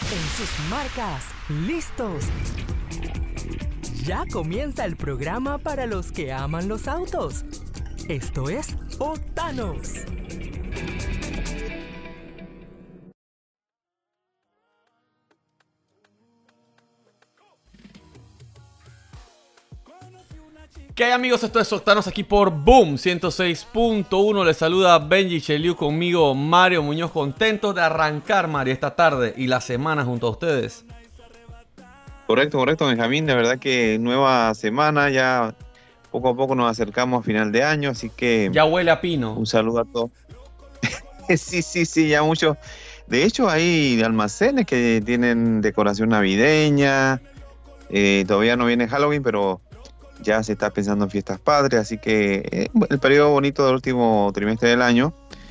En sus marcas, listos. Ya comienza el programa para los que aman los autos. Esto es Octanos. ¿Qué hay, amigos? Esto es Octanos aquí por Boom 106.1. Les saluda Benji Cheliu, conmigo Mario Muñoz, contentos de arrancar, Mario, esta tarde y la semana junto a ustedes. Correcto, Benjamín. De verdad que nueva semana, ya poco a poco nos acercamos a final de año, así que Ya huele a pino. un saludo a todos. Sí, ya mucho. De hecho, hay almacenes que tienen decoración navideña. Todavía no viene Halloween, pero ya se está pensando en fiestas patrias, así que el periodo bonito del último trimestre del año,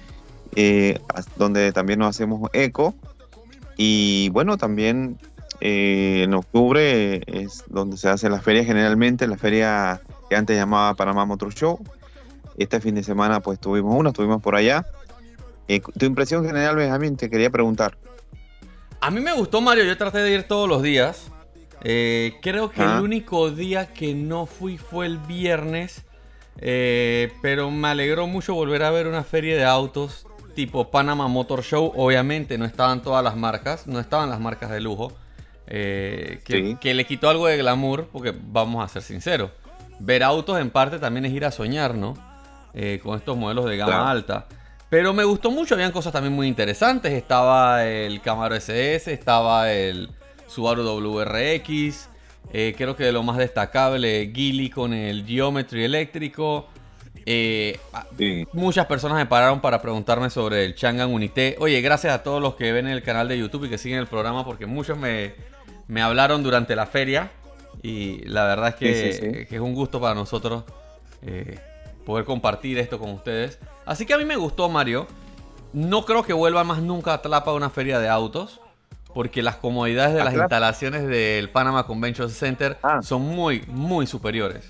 donde también nos hacemos eco. Y bueno, también en octubre es donde se hace la feria generalmente, la feria que antes llamaba Panamá Motor Show. Este fin de semana pues estuvimos por allá. Tu impresión general, Benjamín, te quería preguntar. A mí me gustó, Mario, yo traté de ir todos los días. Creo que el único día que no fui fue el viernes, pero me alegró mucho volver a ver una feria de autos tipo Panama Motor Show. Obviamente no estaban todas las marcas, no estaban las marcas de lujo, que le quitó algo de glamour, porque vamos a ser sinceros, ver autos en parte también es ir a soñar, ¿no? Con estos modelos de gama alta. Pero me gustó mucho, habían cosas también muy interesantes. Estaba el Camaro SS, estaba el Subaru WRX, creo que de lo más destacable, Geely con el Geometry eléctrico. Muchas personas me pararon para preguntarme sobre el Changan Unité. Oye, gracias a todos los que ven el canal de YouTube y que siguen el programa, porque muchos me hablaron durante la feria. Y la verdad es que es un gusto para nosotros poder compartir esto con ustedes. Así que a mí me gustó, Mario. No creo que vuelva más nunca a Tlapa a una feria de autos, porque las comodidades de las instalaciones del Panama Convention Center son muy, muy superiores.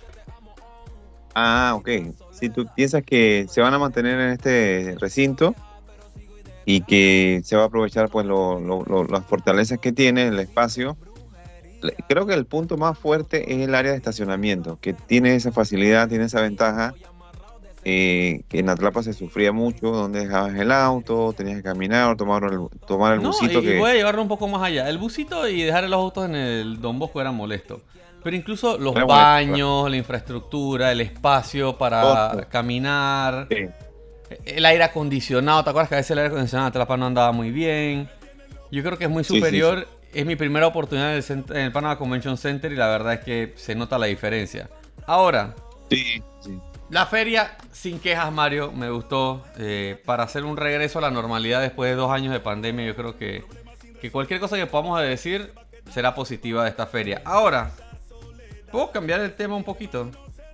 Ok. Si tú piensas que se van a mantener en este recinto y que se va a aprovechar pues las fortalezas que tiene el espacio, creo que el punto más fuerte es el área de estacionamiento, que tiene esa facilidad, tiene esa ventaja. Que en Atlapa se sufría mucho, donde dejabas el auto, tenías que caminar, tomar el busito. Y voy a llevarlo un poco más allá. El busito y dejar los autos en el Don Bosco era molesto. Pero incluso los baños, la infraestructura, el espacio para caminar, el aire acondicionado. ¿Te acuerdas que a veces el aire acondicionado de Atlapa no andaba muy bien? Yo creo que es muy superior. Es mi primera oportunidad en el Panama Convention Center y la verdad es que se nota la diferencia. Ahora, la feria, sin quejas, Mario, me gustó. Para hacer un regreso a la normalidad después de 2 años de pandemia, yo creo que cualquier cosa que podamos decir será positiva de esta feria. Ahora, ¿puedo cambiar el tema un poquito?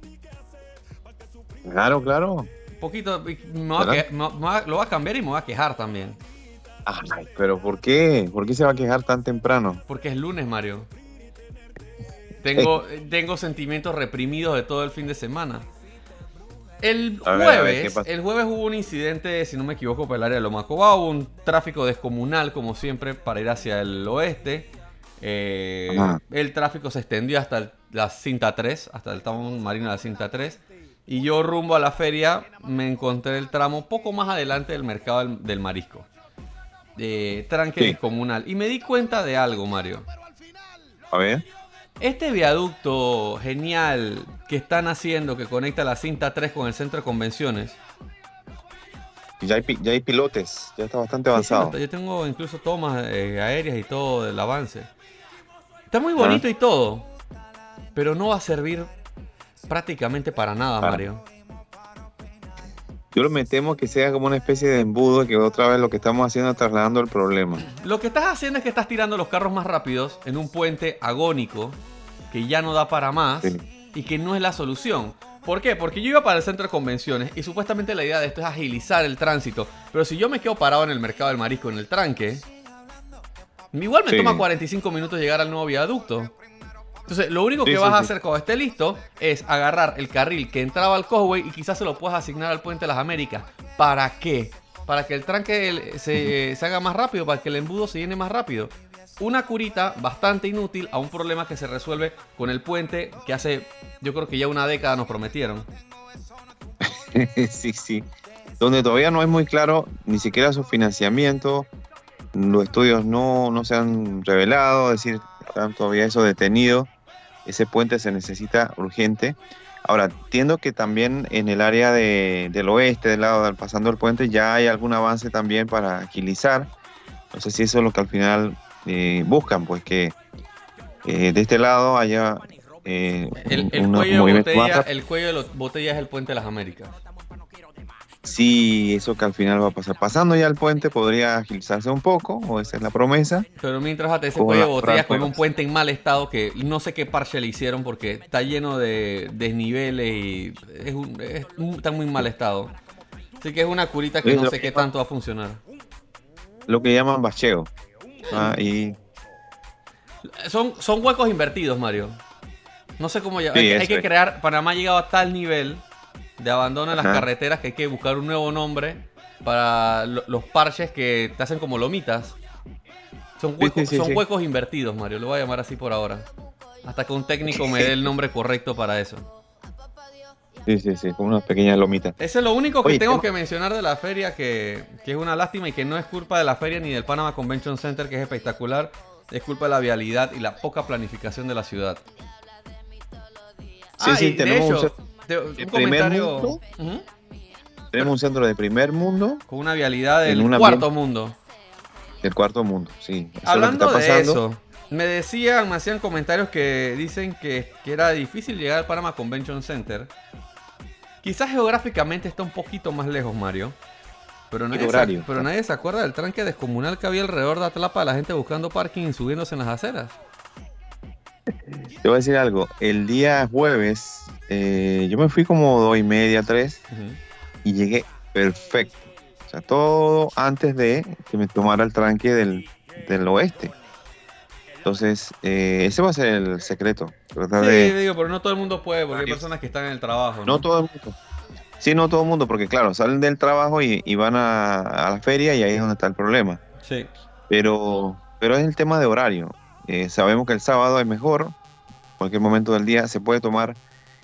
Claro. Un poquito. Lo voy a cambiar y me voy a quejar también. Ay, pero ¿por qué? ¿Por qué se va a quejar tan temprano? Porque es lunes, Mario. Tengo sentimientos reprimidos de todo el fin de semana. El jueves hubo un incidente, si no me equivoco, por el área de Lomacobá. Hubo un tráfico descomunal, como siempre, para ir hacia el oeste. El tráfico se extendió hasta la cinta 3, hasta el tramo marino de la cinta 3. Y yo, rumbo a la feria, me encontré el tramo poco más adelante del mercado del marisco. Tranque descomunal. Y me di cuenta de algo, Mario. A ver. Este viaducto genial que están haciendo, que conecta la cinta 3 con el centro de convenciones. Ya hay pilotes, ya está bastante avanzado. Yo tengo incluso tomas aéreas y todo del avance. Está muy bonito y todo, pero no va a servir prácticamente para nada, Mario. Yo me temo que sea como una especie de embudo, que otra vez lo que estamos haciendo es trasladando el problema. Lo que estás haciendo es que estás tirando los carros más rápidos en un puente agónico que ya no da para más y que no es la solución. ¿Por qué? Porque yo iba para el centro de convenciones y supuestamente la idea de esto es agilizar el tránsito. Pero si yo me quedo parado en el mercado del marisco, en el tranque, igual me toma 45 minutos llegar al nuevo viaducto. Entonces, lo único que vas a hacer cuando esté listo es agarrar el carril que entraba al Causeway y quizás se lo puedas asignar al Puente de las Américas. ¿Para qué? para que el tranque se haga más rápido, para que el embudo se llene más rápido. Una curita bastante inútil a un problema que se resuelve con el puente que hace, yo creo que ya una década nos prometieron. Sí. Donde todavía no es muy claro ni siquiera su financiamiento. Los estudios no se han revelado, es decir, están todavía eso detenido. Ese puente se necesita urgente. Ahora, entiendo que también en el área del oeste, del lado pasando el puente, ya hay algún avance también para agilizar. No sé si eso es lo que al final buscan, pues que de este lado haya el cuello de botella es el puente de las Américas. Sí, eso que al final va a pasar. Pasando ya el puente podría agilizarse un poco, o esa es la promesa. Pero mientras ese cuello de botella con un puente en mal estado, que no sé qué parche le hicieron porque está lleno de desniveles y está en muy mal estado. Así que es una curita que no sé qué tanto va a funcionar. Lo que llaman bacheo. Son huecos invertidos, Mario. No sé cómo ya. Hay que crear. Panamá ha llegado a tal nivel de abandono en las carreteras que hay que buscar un nuevo nombre para los parches que te hacen como lomitas. Son huecos invertidos, Mario. Lo voy a llamar así por ahora. Hasta que un técnico me dé el nombre correcto para eso. Sí, como unas pequeñas lomitas. Eso es lo único que tengo que mencionar de la feria, que es una lástima y que no es culpa de la feria ni del Panama Convention Center, que es espectacular. Es culpa de la vialidad y la poca planificación de la ciudad. Sí, tenemos un comentario. Tenemos un centro de primer mundo con una vialidad del cuarto mundo. Del cuarto mundo, sí. Hablando de eso, me hacían comentarios que dicen que era difícil llegar al Panama Convention Center. Quizás geográficamente está un poquito más lejos, Mario. Pero nadie se acuerda del tranque descomunal que había alrededor de Atlapa, la gente buscando parking y subiéndose en las aceras. Te voy a decir algo. El día jueves, yo me fui como 2:30, 3, y llegué perfecto. O sea, todo antes de que me tomara el tranque del oeste. Entonces, ese va a ser el secreto. Pero no todo el mundo puede, porque hay personas que están en el trabajo. No todo el mundo. Sí, no todo el mundo, porque claro, salen del trabajo y van a la feria y ahí es donde está el problema. Sí. Pero es el tema de horario. Sabemos que el sábado es mejor, en cualquier momento del día se puede tomar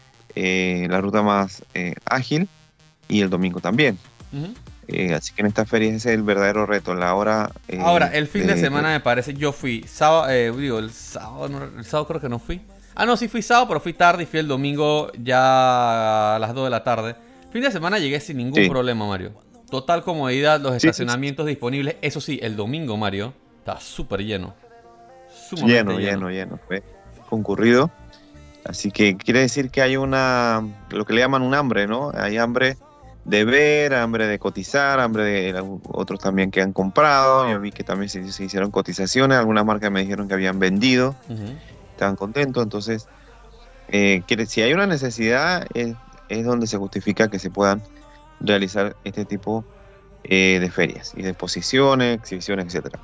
la ruta más ágil, y el domingo también. Así que en esta feria ese es el verdadero reto, la hora. Ahora, el fin de semana me parece, yo fui sábado, el sábado creo que no fui. No, sí fui sábado, pero fui tarde y fui el domingo ya a las 2 de la tarde. Fin de semana llegué sin ningún problema, Mario. Total comodidad, los estacionamientos disponibles. Eso sí, el domingo, Mario, estaba súper lleno. Lleno. Fue concurrido. Así que quiere decir que hay lo que le llaman un hambre, ¿no? Hay hambre de ver, hambre de cotizar, hambre de otros también que han comprado. Yo vi que también se hicieron cotizaciones. Algunas marcas me dijeron que habían vendido. Estaban contentos. Entonces, si hay una necesidad, es donde se justifica que se puedan realizar este tipo de ferias y de exposiciones, exhibiciones, etcétera.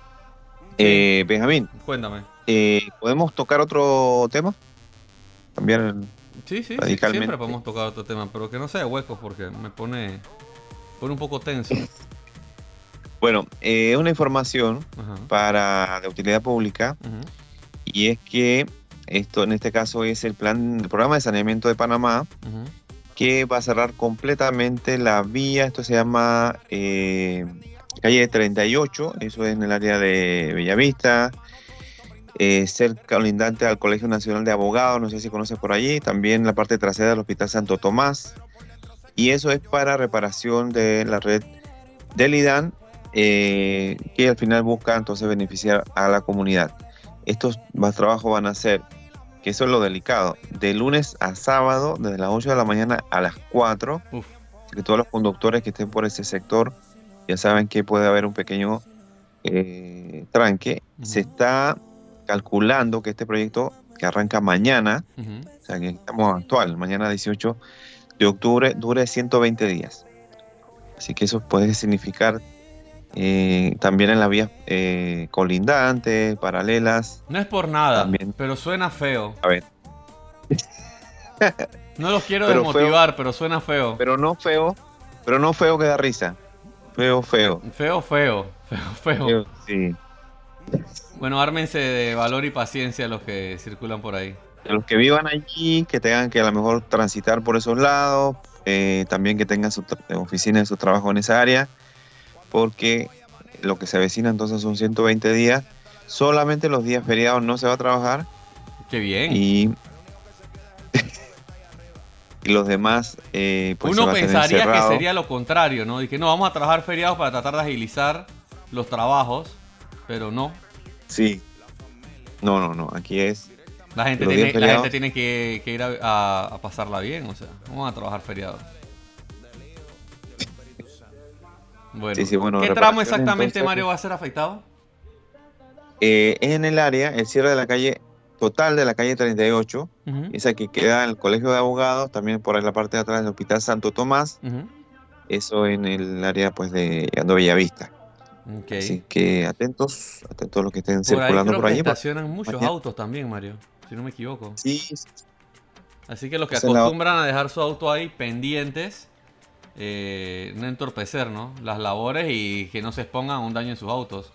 Benjamín, cuéntame. ¿Podemos tocar otro tema? Cambiar radicalmente. Siempre podemos tocar otro tema, pero que no sea huecos porque me pone un poco tenso. Bueno, una información de utilidad pública, y es que esto en este caso es el programa de saneamiento de Panamá, que va a cerrar completamente la vía. Esto se llama calle 38, eso es en el área de Bellavista, cerca lindante al Colegio Nacional de Abogados, no sé si conoces por allí, también la parte trasera del Hospital Santo Tomás, y eso es para reparación de la red del IDAN, que al final busca entonces beneficiar a la comunidad. Estos más trabajos van a ser, que eso es lo delicado, de lunes a sábado, desde las 8 de la mañana a las 4, que todos los conductores que estén por ese sector ya saben que puede haber un pequeño tranque. Se está calculando que este proyecto, que arranca mañana, o sea que estamos actual, mañana 18 de octubre, dure 120 días. Así que eso puede significar también en las vías colindantes, paralelas. No es por nada, también. Pero suena feo. A ver. No los quiero desmotivar, pero suena feo. Pero no feo que da risa. Feo, feo. Feo. Sí. Bueno, ármense de valor y paciencia los que circulan por ahí. A los que vivan allí, que tengan que a lo mejor transitar por esos lados, también que tengan su oficina de su trabajo en esa área, porque lo que se avecina entonces son 120 días. Solamente los días feriados no se va a trabajar. Qué bien. Y los demás, pues uno se va a tener pensaría que cerrado. sería lo contrario, ¿no? Y que no, vamos a trabajar feriados para tratar de agilizar los trabajos, pero no. Sí. No. Aquí es. La gente Los días feriados. tiene que ir a pasarla bien, o sea, vamos a trabajar feriados. Bueno, Sí, bueno, ¿qué tramo reparaciones, exactamente, entonces, Mario, va a ser afectado? Es en el área, el cierre de la calle total de la calle 38, Ujú, esa que queda en el Colegio de Abogados, también por ahí la parte de atrás del Hospital Santo Tomás, ujú. eso en el área pues de Ando Bellavista. Ok. Así que atentos a los que estén Por ahí circulando creo por que allí. estacionan muchos mañana. autos también, Mario, si no me equivoco. Sí, Así que los que Esa es la- acostumbran a dejar su auto ahí pendientes, no entorpecer, ¿no? Las labores y que no se expongan a un daño en sus autos.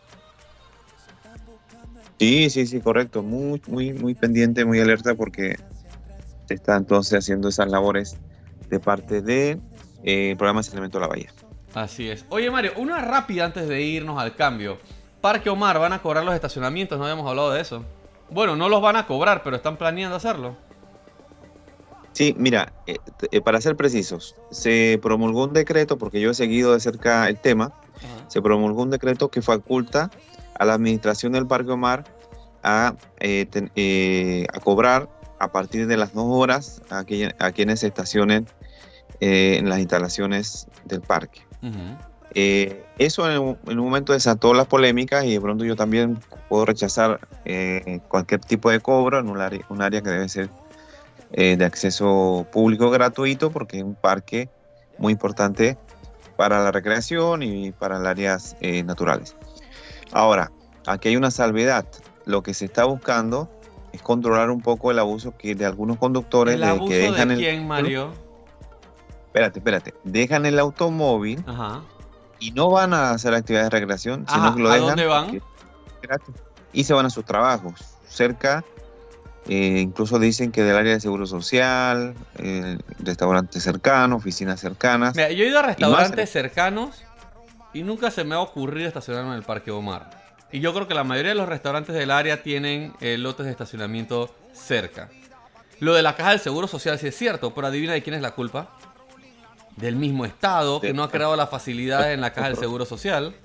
sí, correcto. Muy pendiente, muy alerta porque se está entonces haciendo esas labores de parte de programa de Saneamiento de la Bahía. Así es. Oye, Mario, una rápida antes de irnos al cambio. Parque Omar, ¿van a cobrar los estacionamientos? No habíamos hablado de eso. Bueno, no los van a cobrar, pero están planeando hacerlo. Sí, mira, para ser precisos, se promulgó un decreto, porque yo he seguido de cerca el tema, se promulgó un decreto que faculta a la administración del Parque Omar a cobrar a partir de las 2 horas a quienes se estacionen en las instalaciones del parque. Ujú. Eso en un momento desató las polémicas y de pronto yo también puedo rechazar cualquier tipo de cobro en un área que debe ser de acceso público gratuito, porque es un parque muy importante para la recreación y para las áreas naturales. Ahora, aquí hay una salvedad. Lo que se está buscando es controlar un poco el abuso de algunos conductores ¿El abuso que dejan de quién, Mario? Espérate. Dejan el automóvil Ajá. y no van a hacer actividades de recreación, Ajá, sino que lo ¿a dejan dónde van? porque es gratis. Y se van a sus trabajos cerca. Incluso dicen que del área de seguro social, restaurantes cercanos, oficinas cercanas. Mira, yo he ido a Y restaurantes más- cercanos y nunca se me ha ocurrido estacionarme en el Parque Omar. Y yo creo que la mayoría de los restaurantes del área tienen lotes de estacionamiento cerca. Lo de la caja del Seguro Social sí es cierto, pero adivina de quién es la culpa. Del mismo Estado que no ha creado las facilidades en la caja del Seguro Social.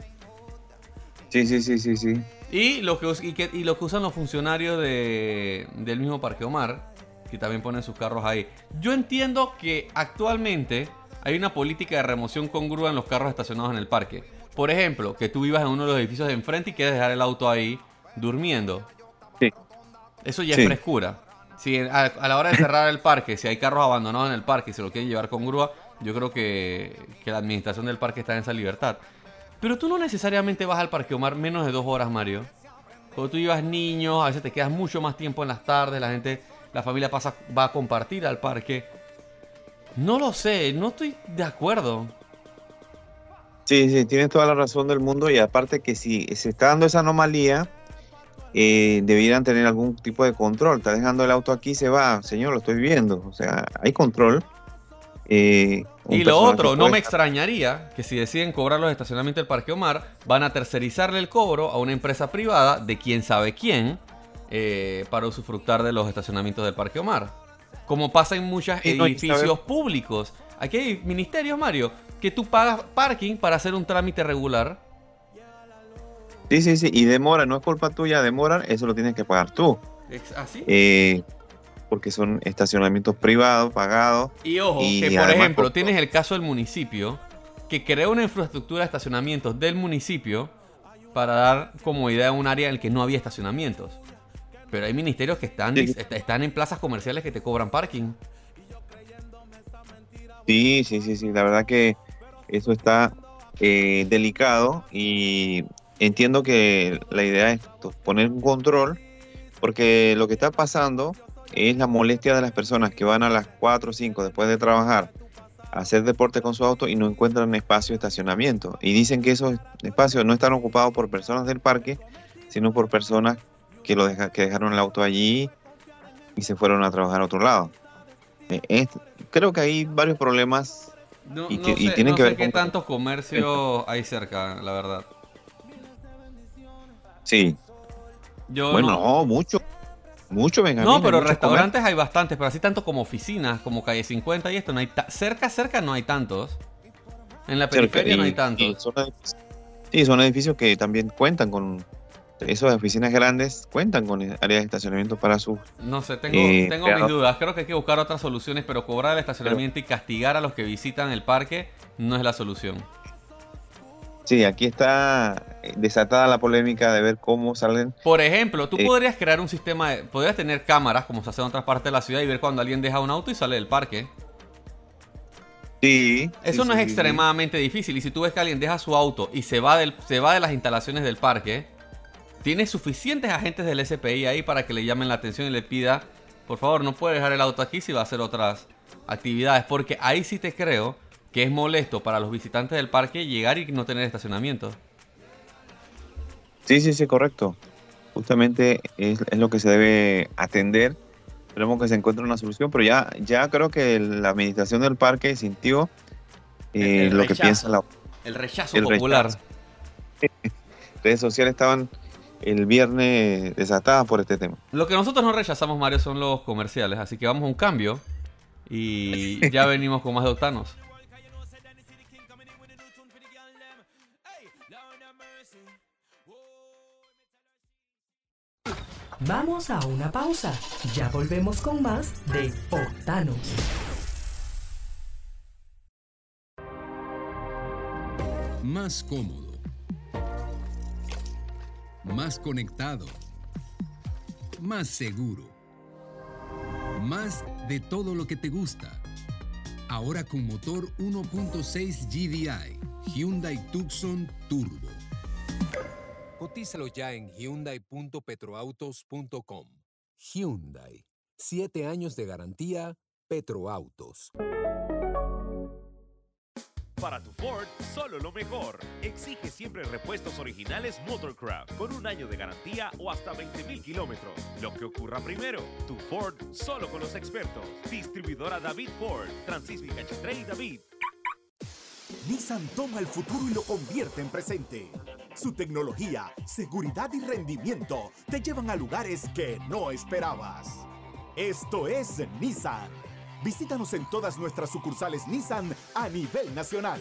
Sí. Y lo que usan los funcionarios del mismo Parque Omar, que también ponen sus carros ahí. Yo entiendo que actualmente hay una política de remoción con grúa en los carros estacionados en el parque. Por ejemplo, que tú vivas en uno de los edificios de enfrente y quieres dejar el auto ahí durmiendo. Sí. Eso ya Sí. es frescura. Si a la hora de cerrar el parque, si hay carros abandonados en el parque y se lo quieren llevar con grúa, yo creo que la administración del parque está en esa libertad. Pero tú no necesariamente vas al Parque Omar menos de 2 horas, Mario. Cuando tú llevas niños, a veces te quedas mucho más tiempo en las tardes, la familia va a compartir al parque. No lo sé, no estoy de acuerdo. Sí, tienes toda la razón del mundo y aparte que si se está dando esa anomalía, debieran tener algún tipo de control. Está dejando el auto aquí, se va, señor, lo estoy viendo. O sea, hay control. Y lo personal otro, que no puede me estar- extrañaría que si deciden cobrar los estacionamientos del Parque Omar, van a tercerizarle el cobro a una empresa privada de quién sabe quién para usufructar de los estacionamientos del Parque Omar. Como pasa en muchos Sí, no, y edificios saber- públicos. Aquí hay ministerios, Mario, que tú pagas parking para hacer un trámite regular. Sí. Y demora, no es culpa tuya, demoran, eso lo tienes que pagar tú. ¿Así? Porque son estacionamientos privados, pagados. Y ojo, Y que por además ejemplo, costoso. tienes el caso del municipio, que crea una infraestructura de estacionamientos del municipio para dar comodidad a un área en el que no había estacionamientos. Pero hay ministerios que Sí. están en plazas comerciales que te cobran parking. Sí. La verdad que eso está delicado y entiendo que la idea es poner un control, porque lo que está pasando es la molestia de las personas que van a las 4 o 5 después de trabajar hacer deporte con su auto y no encuentran espacio de estacionamiento. Y dicen que esos espacios no están ocupados por personas del parque, sino por personas que que dejaron el auto allí y se fueron a trabajar a otro lado. Creo que hay varios problemas y tienen que ver qué tantos comercios hay cerca, la verdad. Sí. Mucho, Benjamín. No, pero restaurantes hay bastantes, pero así tanto como oficinas, como Calle 50 y esto, no hay cerca no hay tantos. En la periferia no hay tantos. Son edificios que también cuentan con... Esas oficinas grandes cuentan con áreas de estacionamiento para sus... No sé, tengo mis dudas. Creo que hay que buscar otras soluciones, pero cobrar el estacionamiento y castigar a los que visitan el parque no es la solución. Sí, aquí está desatada la polémica de ver cómo salen... Por ejemplo, tú podrías crear un sistema, podrías tener cámaras, como se hace en otras partes de la ciudad, y ver cuando alguien deja un auto y sale del parque. Sí. Eso no es extremadamente difícil. Y si tú ves que alguien deja su auto y se va de las instalaciones del parque, tienes suficientes agentes del SPI ahí para que le llamen la atención y le pida, por favor, no puede dejar el auto aquí si va a hacer otras actividades. Porque ahí sí te creo que es molesto para los visitantes del parque llegar y no tener estacionamiento. Sí, correcto. Justamente es lo que se debe atender. Esperemos que se encuentre una solución, pero ya creo que la administración del parque sintió lo que piensa el rechazo popular. Redes sociales estaban el viernes desatadas por este tema. Lo que nosotros no rechazamos, Mario, son los comerciales, así que vamos a un cambio y ya venimos con más de Octanos. Vamos a una pausa. Ya volvemos con más de Octanos. Más cómodo. Más conectado. Más seguro. Más de todo lo que te gusta. Ahora con motor 1.6 GDI. Hyundai Tucson Turbo. Cotízalo ya en hyundai.petroautos.com. Hyundai. 7 años de garantía. Petroautos. Para tu Ford, solo lo mejor. Exige siempre repuestos originales Motorcraft con 1 año de garantía o hasta 20,000 kilómetros. Lo que ocurra primero, tu Ford solo con los expertos. Distribuidora David Ford, Francisco Cachetre y David. Nissan toma el futuro y lo convierte en presente. Su tecnología, seguridad y rendimiento te llevan a lugares que no esperabas. Esto es Nissan. Visítanos en todas nuestras sucursales Nissan a nivel nacional.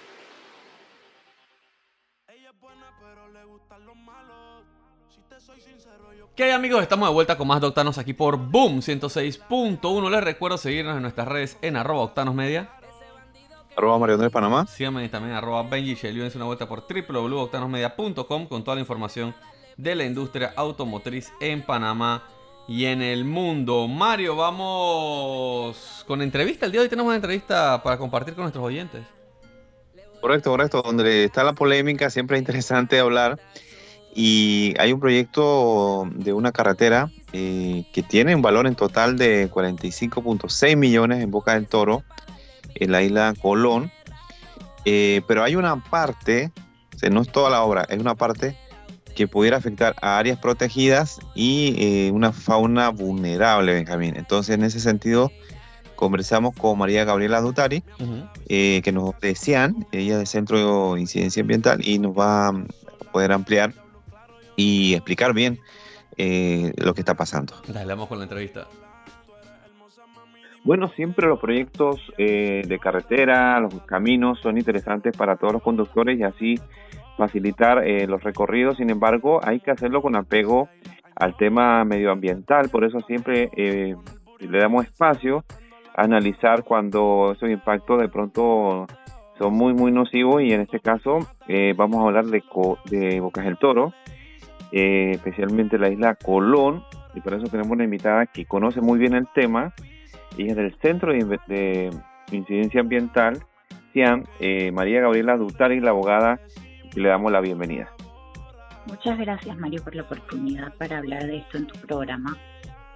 ¿Qué hay, amigos? Estamos de vuelta con más de Octanos aquí por Boom 106.1. Les recuerdo seguirnos en nuestras redes en @OctanosMedia. Mario Andrés Panamá. Síganme también @Benji Shelley. Dense una vuelta por www.octanosmedia.com con toda la información de la industria automotriz en Panamá y en el mundo. Mario, vamos con entrevista. El día de hoy tenemos una entrevista para compartir con nuestros oyentes. Correcto. Donde está la polémica, siempre es interesante hablar. Y hay un proyecto de una carretera que tiene un valor en total de 45.6 millones en Boca del Toro, en la isla Colón. Pero hay una parte, o sea, no es toda la obra, es una parte que pudiera afectar a áreas protegidas y una fauna vulnerable, Benjamín. Entonces, en ese sentido, conversamos con María Gabriela Dutari, que nos decían, ella es del Centro de Incidencia Ambiental, y nos va a poder ampliar y explicar bien lo que está pasando. Dale, vamos con la entrevista. Bueno, siempre los proyectos de carretera, los caminos son interesantes para todos los conductores y así facilitar los recorridos. Sin embargo, hay que hacerlo con apego al tema medioambiental. Por eso siempre le damos espacio a analizar cuando esos impactos de pronto son muy, muy nocivos. Y en este caso vamos a hablar de Bocas del Toro, especialmente la isla Colón. Y por eso tenemos una invitada que conoce muy bien el tema. Ella es del Centro de Incidencia Ambiental, CIAM, María Gabriela Dutari, la abogada, que le damos la bienvenida. Muchas gracias, Mario, por la oportunidad para hablar de esto en tu programa.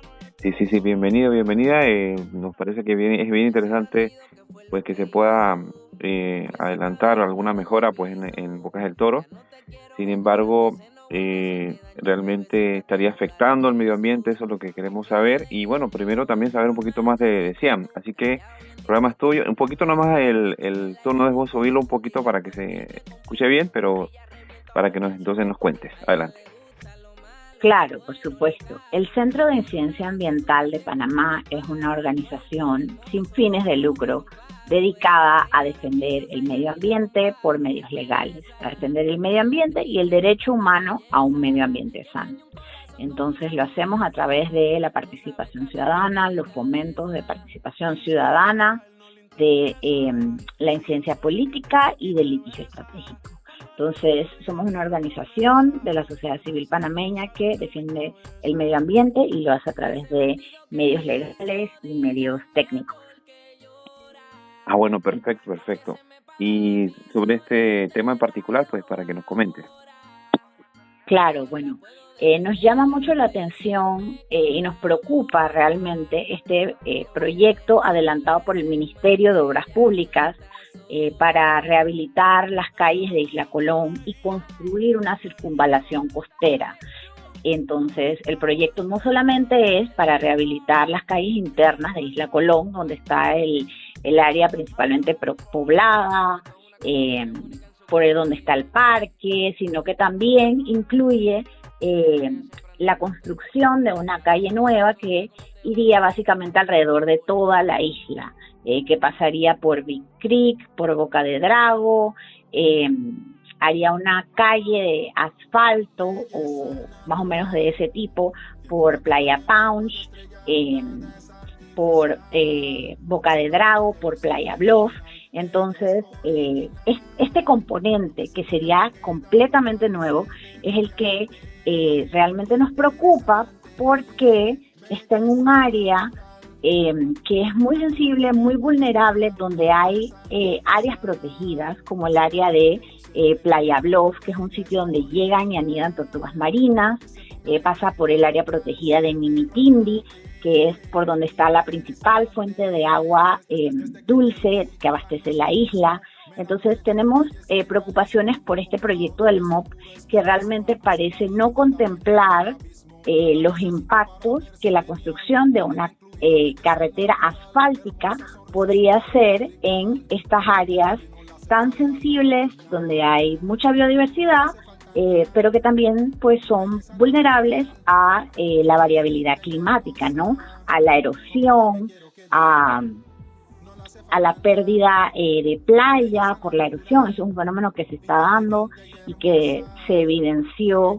Sí, bienvenida. Nos parece que es bien interesante pues que se pueda adelantar alguna mejora pues en Bocas del Toro. Sin embargo, realmente estaría afectando al medio ambiente, eso es lo que queremos saber. Y bueno, primero también saber un poquito más de Siam. Así que el programa es tuyo. Un poquito nomás el tono de voz, subirlo un poquito para que se escuche bien, pero para que entonces nos cuentes. Adelante. Claro, por supuesto. El Centro de Incidencia Ambiental de Panamá es una organización sin fines de lucro dedicada a defender el medio ambiente por medios legales, a defender el medio ambiente y el derecho humano a un medio ambiente sano. Entonces lo hacemos a través de la participación ciudadana, los fomentos de participación ciudadana, de la incidencia política y del litigio estratégico. Entonces, somos una organización de la sociedad civil panameña que defiende el medio ambiente y lo hace a través de medios legales y medios técnicos. Bueno, perfecto. Y sobre este tema en particular, pues para que nos comentes. Claro, bueno, nos llama mucho la atención y nos preocupa realmente este proyecto adelantado por el Ministerio de Obras Públicas para rehabilitar las calles de Isla Colón y construir una circunvalación costera. Entonces, el proyecto no solamente es para rehabilitar las calles internas de Isla Colón, donde está el área principalmente poblada, por donde está el parque, sino que también incluye la construcción de una calle nueva que iría básicamente alrededor de toda la isla, que pasaría por Big Creek, por Boca de Drago, haría una calle de asfalto o más o menos de ese tipo por Playa Punch, por Boca de Drago, por Playa Bluff. Entonces, este componente que sería completamente nuevo es el que realmente nos preocupa porque está en un área que es muy sensible, muy vulnerable, donde hay áreas protegidas, como el área de Playa Bluff, que es un sitio donde llegan y anidan tortugas marinas, pasa por el área protegida de Mimitindi, que es por donde está la principal fuente de agua dulce que abastece la isla. Entonces tenemos preocupaciones por este proyecto del MOP que realmente parece no contemplar los impactos que la construcción de una carretera asfáltica podría hacer en estas áreas tan sensibles donde hay mucha biodiversidad, pero que también pues son vulnerables a la variabilidad climática, ¿no? A la erosión, a la pérdida de playa por la erosión. Es un fenómeno que se está dando y que se evidenció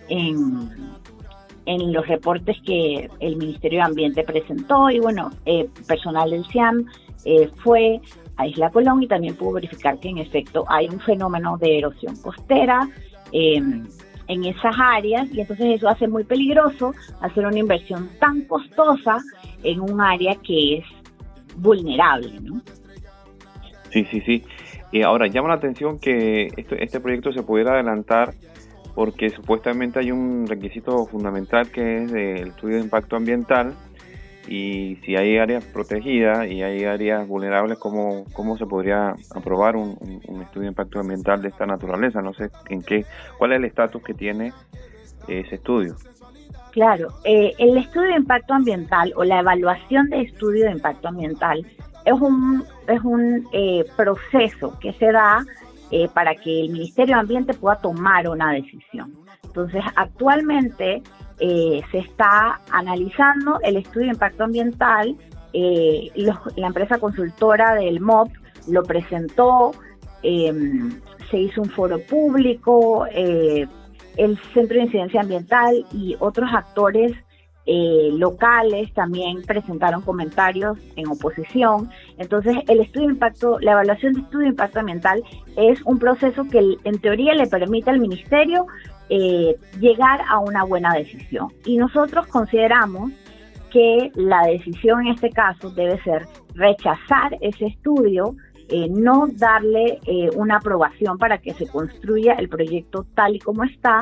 en los reportes que el Ministerio de Ambiente presentó, y bueno, personal del CIAM fue a Isla Colón y también pudo verificar que en efecto hay un fenómeno de erosión costera en esas áreas, y entonces eso hace muy peligroso hacer una inversión tan costosa en un área que es vulnerable, ¿no? Sí. Ahora, llama la atención que este proyecto se pudiera adelantar porque supuestamente hay un requisito fundamental que es el estudio de impacto ambiental, y si hay áreas protegidas y hay áreas vulnerables, ¿cómo se podría aprobar un estudio de impacto ambiental de esta naturaleza? No sé cuál es el estatus que tiene ese estudio. Claro, el estudio de impacto ambiental o la evaluación de estudio de impacto ambiental es un proceso que se da para que el Ministerio de Ambiente pueda tomar una decisión. Entonces, actualmente se está analizando el estudio de impacto ambiental. La empresa consultora del MOP lo presentó, se hizo un foro público, el Centro de Incidencia Ambiental y otros actores locales también presentaron comentarios en oposición. Entonces, el estudio de impacto, la evaluación de estudio de impacto ambiental es un proceso que en teoría le permite al ministerio llegar a una buena decisión. Y nosotros consideramos que la decisión en este caso debe ser rechazar ese estudio, no darle una aprobación para que se construya el proyecto tal y como está,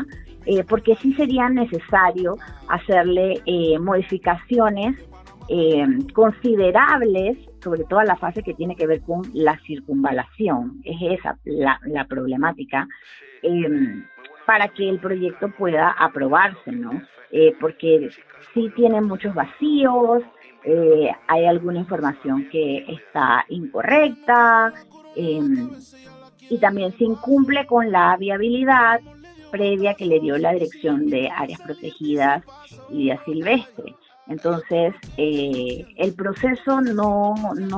porque sí sería necesario hacerle modificaciones considerables, sobre todo a la fase que tiene que ver con la circunvalación. Es esa la problemática, para que el proyecto pueda aprobarse, ¿no? Porque sí tiene muchos vacíos, hay alguna información que está incorrecta, y también se incumple con la viabilidad previa que le dio la Dirección de Áreas Protegidas y Vida Silvestre. Entonces, el proceso no,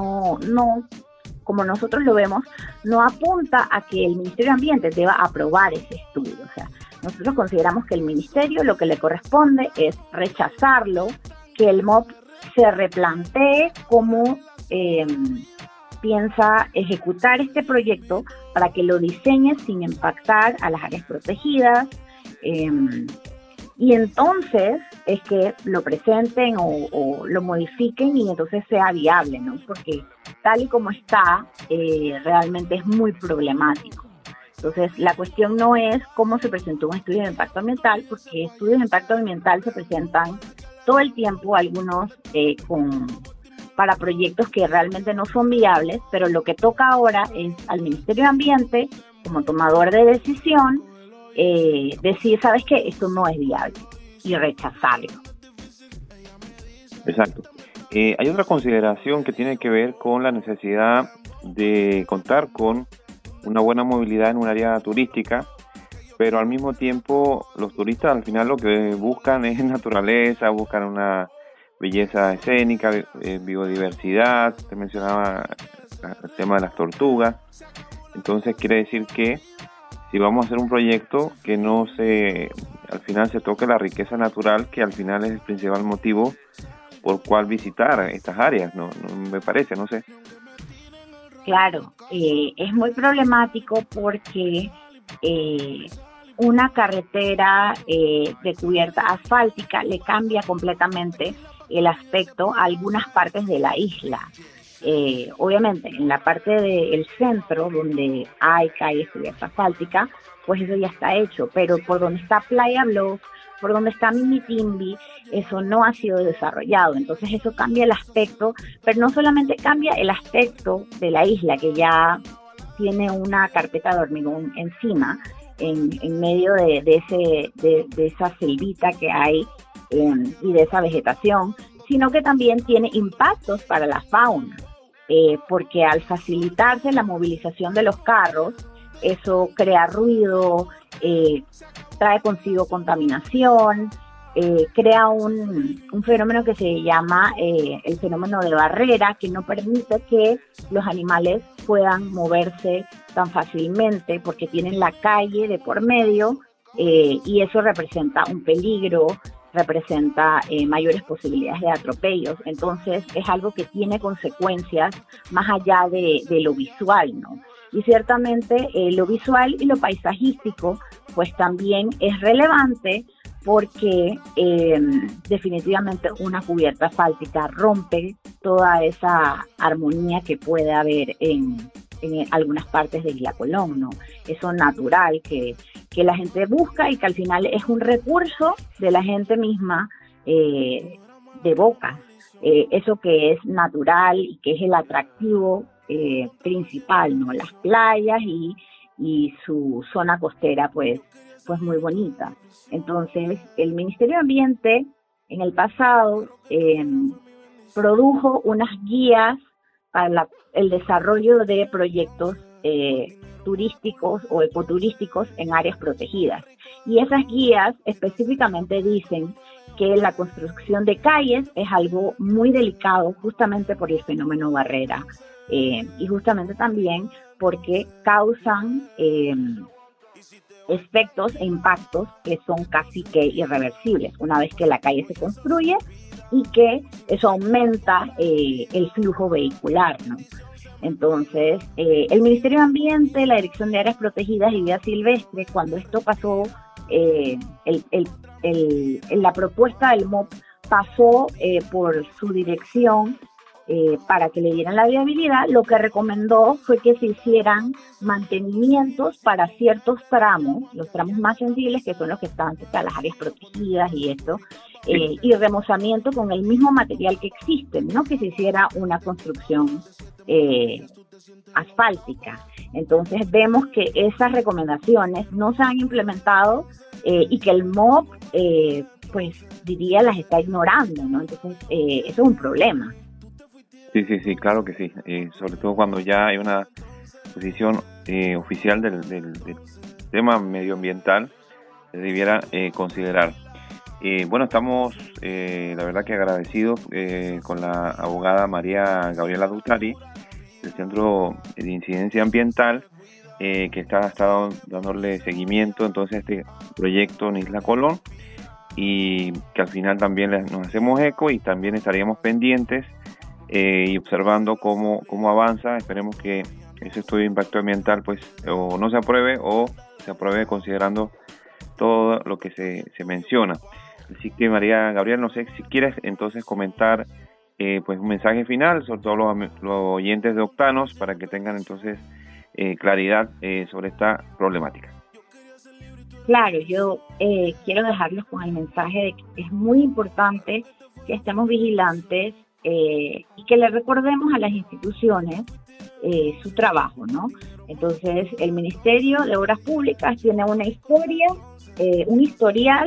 como nosotros lo vemos, no apunta a que el Ministerio de Ambiente deba aprobar ese estudio. O sea, nosotros consideramos que el Ministerio lo que le corresponde es rechazarlo, que el MOP se replantee cómo piensa ejecutar este proyecto para que lo diseñe sin impactar a las áreas protegidas, y entonces es que lo presenten o lo modifiquen y entonces sea viable, ¿no? Porque tal y como está, realmente es muy problemático. Entonces, la cuestión no es cómo se presentó un estudio de impacto ambiental, porque estudios de impacto ambiental se presentan todo el tiempo, algunos para proyectos que realmente no son viables, pero lo que toca ahora es al Ministerio de Ambiente, como tomador de decisión, decir, ¿sabes qué? Esto no es viable, y rechazarlo. Exacto. Hay otra consideración que tiene que ver con la necesidad de contar con una buena movilidad en un área turística, pero al mismo tiempo los turistas al final lo que buscan es naturaleza, buscan una belleza escénica, biodiversidad. Te mencionaba el tema de las tortugas. Entonces quiere decir que si vamos a hacer un proyecto que al final se toque la riqueza natural, que al final es el principal motivo por cual visitar estas áreas, no me parece, no sé. Claro, es muy problemático porque una carretera de cubierta asfáltica le cambia completamente el aspecto a algunas partes de la isla. Obviamente, en la parte del centro, donde hay calles cubierta asfáltica, pues eso ya está hecho, pero por donde está Playa Bluff, por donde está Mimitimbi, eso no ha sido desarrollado. Entonces eso cambia el aspecto, pero no solamente cambia el aspecto de la isla, que ya tiene una carpeta de hormigón encima, en medio de esa selvita que hay, y de esa vegetación, sino que también tiene impactos para la fauna, porque al facilitarse la movilización de los carros, eso crea ruido, trae consigo contaminación, crea un fenómeno que se llama el fenómeno de barrera, que no permite que los animales puedan moverse tan fácilmente porque tienen la calle de por medio, y eso representa un peligro, representa mayores posibilidades de atropellos. Entonces es algo que tiene consecuencias más allá de lo visual, ¿no? Y ciertamente lo visual y lo paisajístico pues también es relevante, porque definitivamente una cubierta asfáltica rompe toda esa armonía que puede haber en algunas partes de Isla Colón, ¿no? Eso natural que la gente busca y que al final es un recurso de la gente misma, de Boca, eso que es natural y que es el atractivo principal, ¿no? Las playas y su zona costera pues muy bonita. Entonces el Ministerio de Ambiente en el pasado produjo unas guías para el desarrollo de proyectos turísticos o ecoturísticos en áreas protegidas, y esas guías específicamente dicen que la construcción de calles es algo muy delicado, justamente por el fenómeno barrera, y justamente también porque causan efectos e impactos que son casi que irreversibles una vez que la calle se construye, y que eso aumenta el flujo vehicular, ¿no? Entonces, el Ministerio de Ambiente, la Dirección de Áreas Protegidas y Vida Silvestre, cuando esto pasó, la propuesta del MOP pasó por su dirección, para que le dieran la viabilidad, lo que recomendó fue que se hicieran mantenimientos para ciertos tramos, los tramos más sensibles, que son los que están cerca de las áreas protegidas y esto, y remozamiento con el mismo material que existe, no que se hiciera una construcción asfáltica. Entonces vemos que esas recomendaciones no se han implementado y que el MOB, pues diría, las está ignorando, ¿no? Entonces eso es un problema. Sí, claro que sí. Sobre todo cuando ya hay una posición oficial del tema medioambiental, se debiera considerar. Bueno, estamos la verdad que agradecidos con la abogada María Gabriela Dutari del Centro de Incidencia Ambiental, que ha estado dándole seguimiento entonces a este proyecto en Isla Colón, y que al final también nos hacemos eco y también estaríamos pendientes y observando cómo avanza. Esperemos que ese estudio de impacto ambiental pues o no se apruebe o se apruebe considerando todo lo que se menciona. Así que María Gabriela, no sé si quieres entonces comentar pues un mensaje final, sobre todo los oyentes de Octanos, para que tengan entonces claridad sobre esta problemática. Claro, yo quiero dejarlos con el mensaje de que es muy importante que estemos vigilantes y que le recordemos a las instituciones su trabajo, ¿no? Entonces, el Ministerio de Obras Públicas tiene una historia, un historial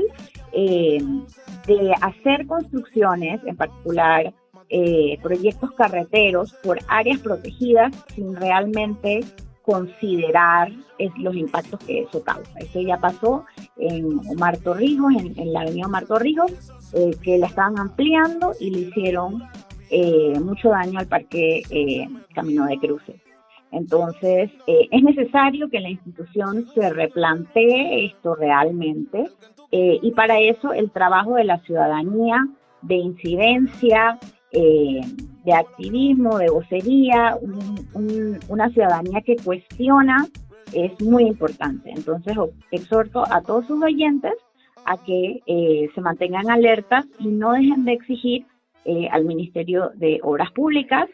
de hacer construcciones, en particular proyectos carreteros por áreas protegidas sin realmente considerar los impactos que eso causa. Eso ya pasó en Omar Torrijos, en la avenida Omar Torrijos, que la estaban ampliando y le hicieron mucho daño al parque Camino de Cruces. Entonces, es necesario que la institución se replantee esto realmente, y para eso el trabajo de la ciudadanía, de incidencia, de activismo, de vocería, una ciudadanía que cuestiona, es muy importante. Entonces, exhorto a todos sus oyentes a que se mantengan alertas y no dejen de exigir al Ministerio de Obras Públicas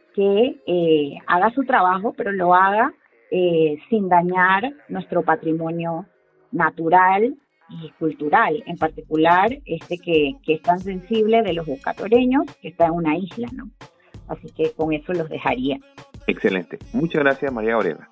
que haga su trabajo, pero lo haga sin dañar nuestro patrimonio natural y cultural, en particular que es tan sensible de los bocatoreños, que está en una isla, ¿no? Así que con eso los dejaría. Excelente. Muchas gracias, María Gabriela.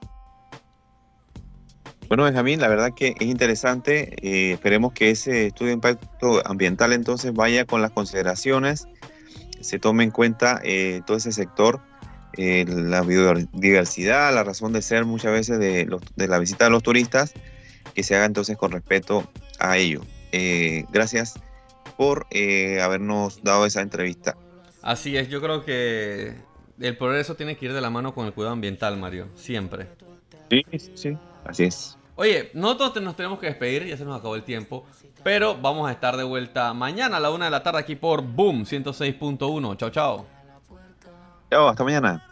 Bueno, Benjamín, la verdad que es interesante. Esperemos que ese estudio de impacto ambiental entonces vaya con las consideraciones, se tome en cuenta todo ese sector, la biodiversidad, la razón de ser muchas veces de la visita de los turistas, que se haga entonces con respeto a ello. Gracias por habernos dado esa entrevista. Así es, yo creo que el progreso tiene que ir de la mano con el cuidado ambiental, Mario, siempre. Sí, así es. Oye, nosotros nos tenemos que despedir, ya se nos acabó el tiempo, pero vamos a estar de vuelta mañana a la 1 de la tarde aquí por Boom 106.1. Chao. Chao, hasta mañana.